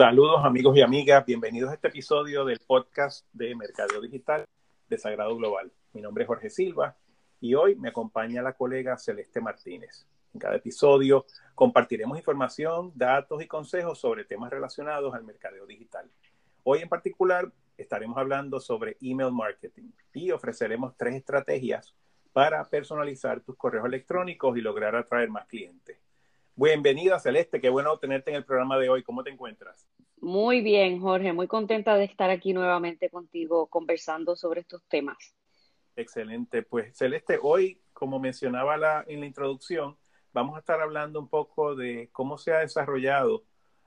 Saludos amigos y amigas, bienvenidos a este episodio del podcast de Mercadeo Digital de Sagrado Global. Mi nombre es Jorge Silva y hoy me acompaña la colega Celeste Martínez. En cada episodio compartiremos información, datos y consejos sobre temas relacionados al mercadeo digital. Hoy en particular estaremos hablando sobre email marketing y ofreceremos 3 estrategias para personalizar tus correos electrónicos y lograr atraer más clientes. Bienvenida Celeste, qué bueno tenerte en el programa de hoy. ¿Cómo te encuentras? Muy bien, Jorge, muy contenta de estar aquí nuevamente contigo conversando sobre estos temas. Excelente. Pues Celeste, hoy, como mencionaba en la introducción, vamos a estar hablando un poco de cómo se ha desarrollado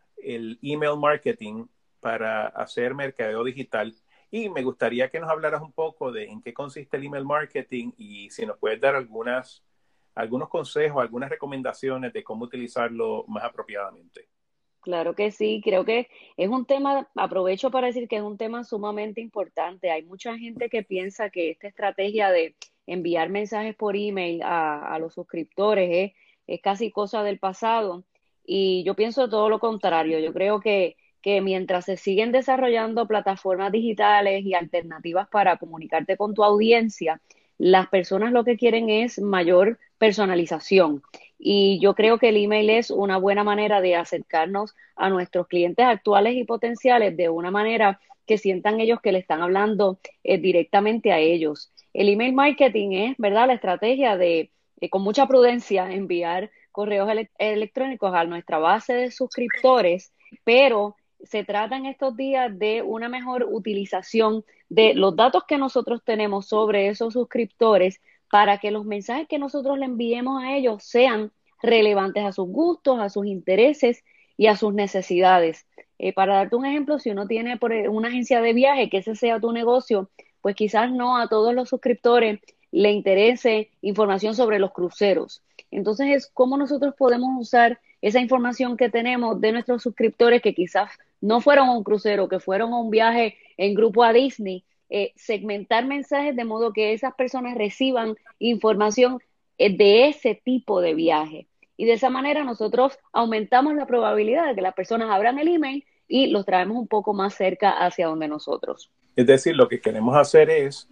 el email marketing para hacer mercadeo digital. Y me gustaría que nos hablaras un poco de en qué consiste el email marketing y si nos puedes dar algunos consejos, algunas recomendaciones de cómo utilizarlo más apropiadamente. Claro que sí, creo que es un tema, aprovecho para decir que es un tema sumamente importante. Hay mucha gente que piensa que esta estrategia de enviar mensajes por email a los suscriptores es casi cosa del pasado y yo pienso todo lo contrario. Yo creo que mientras se siguen desarrollando plataformas digitales y alternativas para comunicarte con tu audiencia, las personas lo que quieren es mayor personalización. Y yo creo que el email es una buena manera de acercarnos a nuestros clientes actuales y potenciales de una manera que sientan ellos que le están hablando directamente a ellos. El email marketing es, ¿verdad?, la estrategia de con mucha prudencia enviar correos electrónicos a nuestra base de suscriptores, pero se trata en estos días de una mejor utilización de los datos que nosotros tenemos sobre esos suscriptores para que los mensajes que nosotros le enviemos a ellos sean relevantes a sus gustos, a sus intereses y a sus necesidades. Para darte un ejemplo, si uno tiene una agencia de viaje, que ese sea tu negocio, pues quizás no a todos los suscriptores le interese información sobre los cruceros. Entonces es cómo nosotros podemos usar esa información que tenemos de nuestros suscriptores que quizás no fueron a un crucero, que fueron a un viaje en grupo a Disney, segmentar mensajes de modo que esas personas reciban información de ese tipo de viaje. Y de esa manera nosotros aumentamos la probabilidad de que las personas abran el email y los traemos un poco más cerca hacia donde nosotros. Es decir, lo que queremos hacer es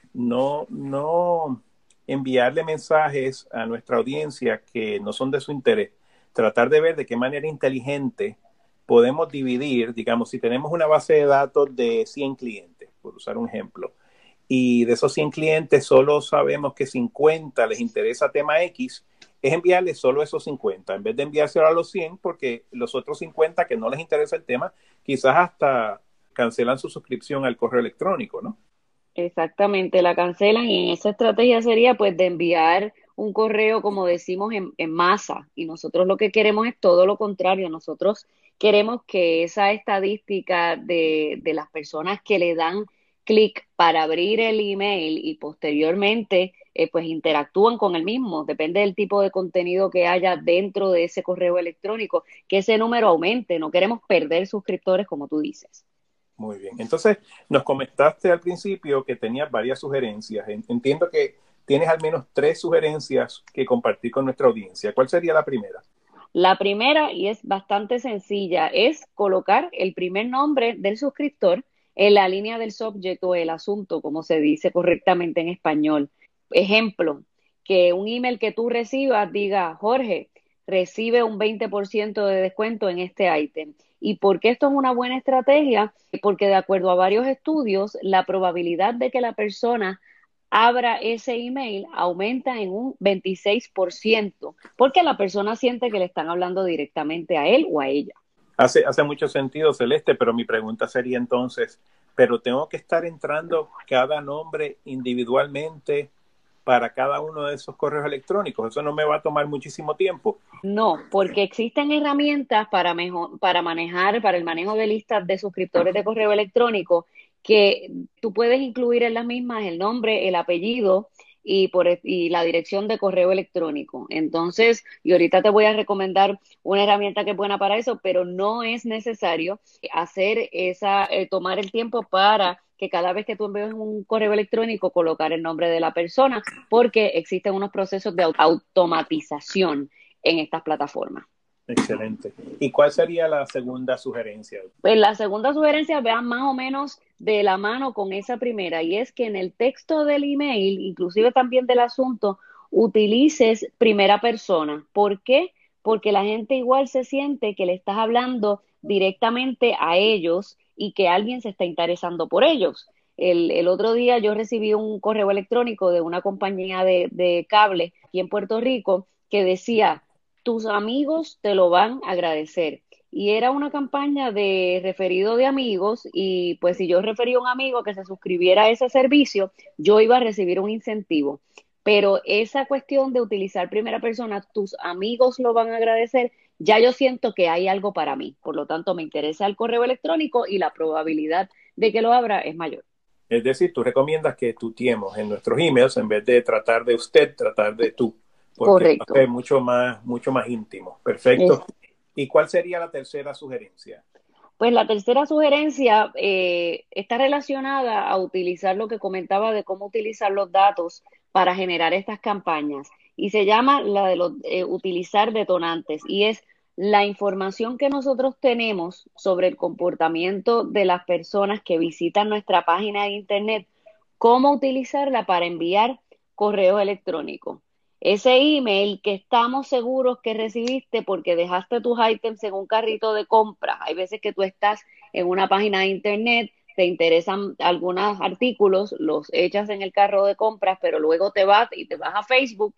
no enviarle mensajes a nuestra audiencia que no son de su interés. Tratar de ver de qué manera inteligente podemos dividir, digamos, si tenemos una base de datos de 100 clientes, por usar un ejemplo, y de esos 100 clientes solo sabemos que 50 les interesa tema X, es enviarles solo esos 50, en vez de enviárselo a los 100, porque los otros 50 que no les interesa el tema, quizás hasta cancelan su suscripción al correo electrónico, ¿no? Exactamente, la cancelan y en esa estrategia sería pues de enviar un correo, como decimos, en masa. Y nosotros lo que queremos es todo lo contrario. Nosotros queremos que esa estadística de las personas que le dan clic para abrir el email y posteriormente pues interactúan con el mismo, depende del tipo de contenido que haya dentro de ese correo electrónico, que ese número aumente. No queremos perder suscriptores, como tú dices. Muy bien. Entonces, nos comentaste al principio que tenías varias sugerencias. Entiendo que tienes al menos 3 sugerencias que compartir con nuestra audiencia. ¿Cuál sería la primera? La primera, y es bastante sencilla, es colocar el primer nombre del suscriptor en la línea del subject o el asunto, como se dice correctamente en español. Ejemplo, que un email que tú recibas diga, Jorge, recibe un 20% de descuento en este ítem. ¿Y por qué esto es una buena estrategia? Porque de acuerdo a varios estudios, la probabilidad de que la persona abra ese email aumenta en un 26%, porque la persona siente que le están hablando directamente a él o a ella. Hace mucho sentido, Celeste, pero mi pregunta sería entonces, ¿pero tengo que estar entrando cada nombre individualmente para cada uno de esos correos electrónicos? Eso no me va a tomar muchísimo tiempo. No, porque existen herramientas para manejar, para el manejo de listas de suscriptores de correo electrónico que tú puedes incluir en las mismas el nombre, el apellido y la dirección de correo electrónico. Entonces, y ahorita te voy a recomendar una herramienta que es buena para eso, pero no es necesario tomar el tiempo para que cada vez que tú envíes un correo electrónico colocar el nombre de la persona, porque existen unos procesos de automatización en estas plataformas. Excelente. ¿Y cuál sería la segunda sugerencia? Pues la segunda sugerencia va más o menos de la mano con esa primera, y es que en el texto del email, inclusive también del asunto, utilices primera persona. ¿Por qué? Porque la gente igual se siente que le estás hablando directamente a ellos y que alguien se está interesando por ellos. El otro día yo recibí un correo electrónico de una compañía de cable aquí en Puerto Rico que decía, tus amigos te lo van a agradecer, y era una campaña de referido de amigos, y pues si yo refería a un amigo que se suscribiera a ese servicio, yo iba a recibir un incentivo. Pero esa cuestión de utilizar primera persona, tus amigos lo van a agradecer, ya yo siento que hay algo para mí. Por lo tanto, me interesa el correo electrónico y la probabilidad de que lo abra es mayor. Es decir, tú recomiendas que tuteemos en nuestros emails en vez de tratar de usted, tratar de tú, porque va a Correcto. ser mucho más íntimo. Perfecto. ¿Y cuál sería la tercera sugerencia? Pues la tercera sugerencia está relacionada a utilizar lo que comentaba de cómo utilizar los datos para generar estas campañas, y se llama la de utilizar detonantes, y es la información que nosotros tenemos sobre el comportamiento de las personas que visitan nuestra página de internet, cómo utilizarla para enviar correos electrónicos. Ese email que estamos seguros que recibiste porque dejaste tus items en un carrito de compra. Hay veces que tú estás en una página de internet, te interesan algunos artículos, los echas en el carro de compras, pero luego te vas a Facebook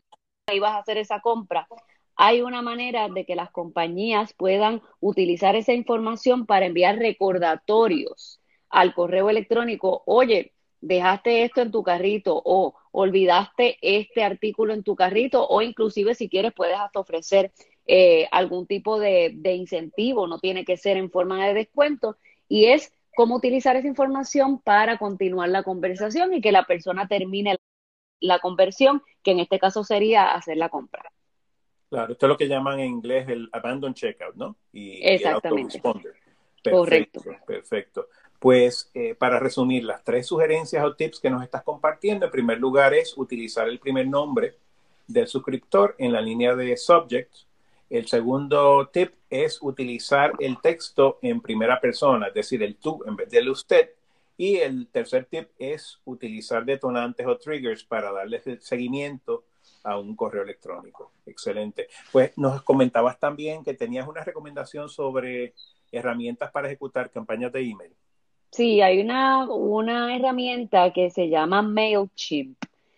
y vas a hacer esa compra. Hay una manera de que las compañías puedan utilizar esa información para enviar recordatorios al correo electrónico. Oye, dejaste esto en tu carrito, o olvidaste este artículo en tu carrito, o inclusive si quieres puedes hasta ofrecer algún tipo de incentivo, no tiene que ser en forma de descuento, y es cómo utilizar esa información para continuar la conversación y que la persona termine la conversión, que en este caso sería hacer la compra. Claro, esto es lo que llaman en inglés el abandon checkout, ¿no? Y el Exactamente, autoresponder. correcto. Perfecto, perfecto. Pues para resumir, las tres sugerencias o tips que nos estás compartiendo, en primer lugar es utilizar el primer nombre del suscriptor en la línea de subject. El segundo tip es utilizar el texto en primera persona, es decir, el tú en vez del usted. Y el tercer tip es utilizar detonantes o triggers para darle seguimiento a un correo electrónico. Excelente. Pues nos comentabas también que tenías una recomendación sobre herramientas para ejecutar campañas de email. Sí, hay una herramienta que se llama MailChimp,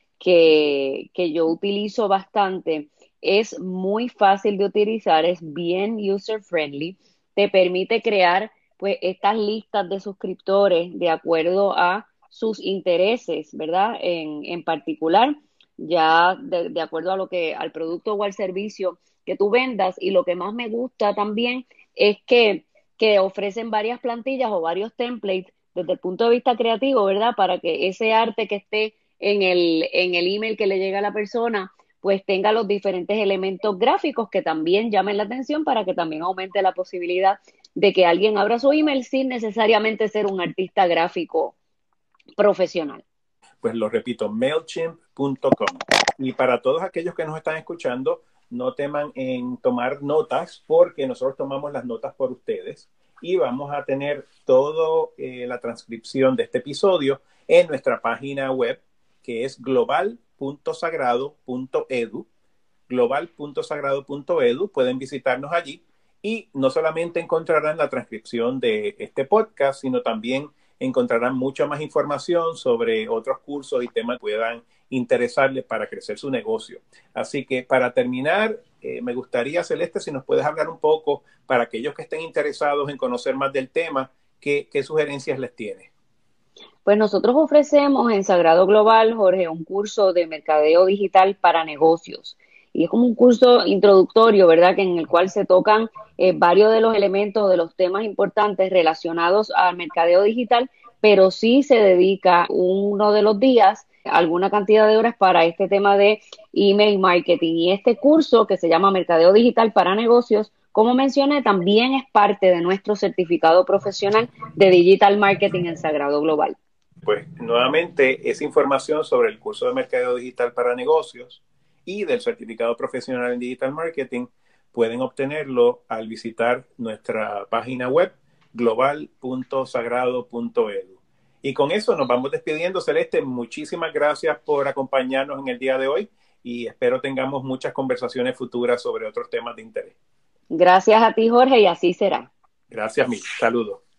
que yo utilizo bastante. Es muy fácil de utilizar, es bien user friendly, te permite crear pues estas listas de suscriptores de acuerdo a sus intereses, ¿verdad? En particular, ya de acuerdo a al producto o al servicio que tú vendas. Y lo que más me gusta también es que ofrecen varias plantillas o varios templates desde el punto de vista creativo, ¿verdad? Para que ese arte que esté en el email que le llega a la persona, pues tenga los diferentes elementos gráficos que también llamen la atención, para que también aumente la posibilidad de que alguien abra su email sin necesariamente ser un artista gráfico profesional. Pues lo repito, mailchimp.com. Y para todos aquellos que nos están escuchando, no teman en tomar notas, porque nosotros tomamos las notas por ustedes y vamos a tener toda la transcripción de este episodio en nuestra página web, que es global.sagrado.edu. global.sagrado.edu. Pueden visitarnos allí y no solamente encontrarán la transcripción de este podcast, sino también encontrarán mucha más información sobre otros cursos y temas que puedan interesarles para crecer su negocio. Así que para terminar, me gustaría, Celeste, si nos puedes hablar un poco para aquellos que estén interesados en conocer más del tema, qué sugerencias les tienes. Pues nosotros ofrecemos en Sagrado Global, Jorge, un curso de mercadeo digital para negocios. Y es como un curso introductorio, ¿verdad? Que en el cual se tocan varios de los elementos, de los temas importantes relacionados al mercadeo digital, pero sí se dedica uno de los días, alguna cantidad de horas, para este tema de email marketing. Y este curso, que se llama Mercadeo Digital para Negocios, como mencioné, también es parte de nuestro certificado profesional de Digital Marketing en Sagrado Global. Pues nuevamente esa información sobre el curso de mercadeo digital para negocios y del certificado profesional en digital marketing pueden obtenerlo al visitar nuestra página web global.sagrado.edu. Y con eso nos vamos despidiendo, Celeste. Muchísimas gracias por acompañarnos en el día de hoy y espero tengamos muchas conversaciones futuras sobre otros temas de interés. Gracias a ti, Jorge, y así será. Gracias mil. Saludos.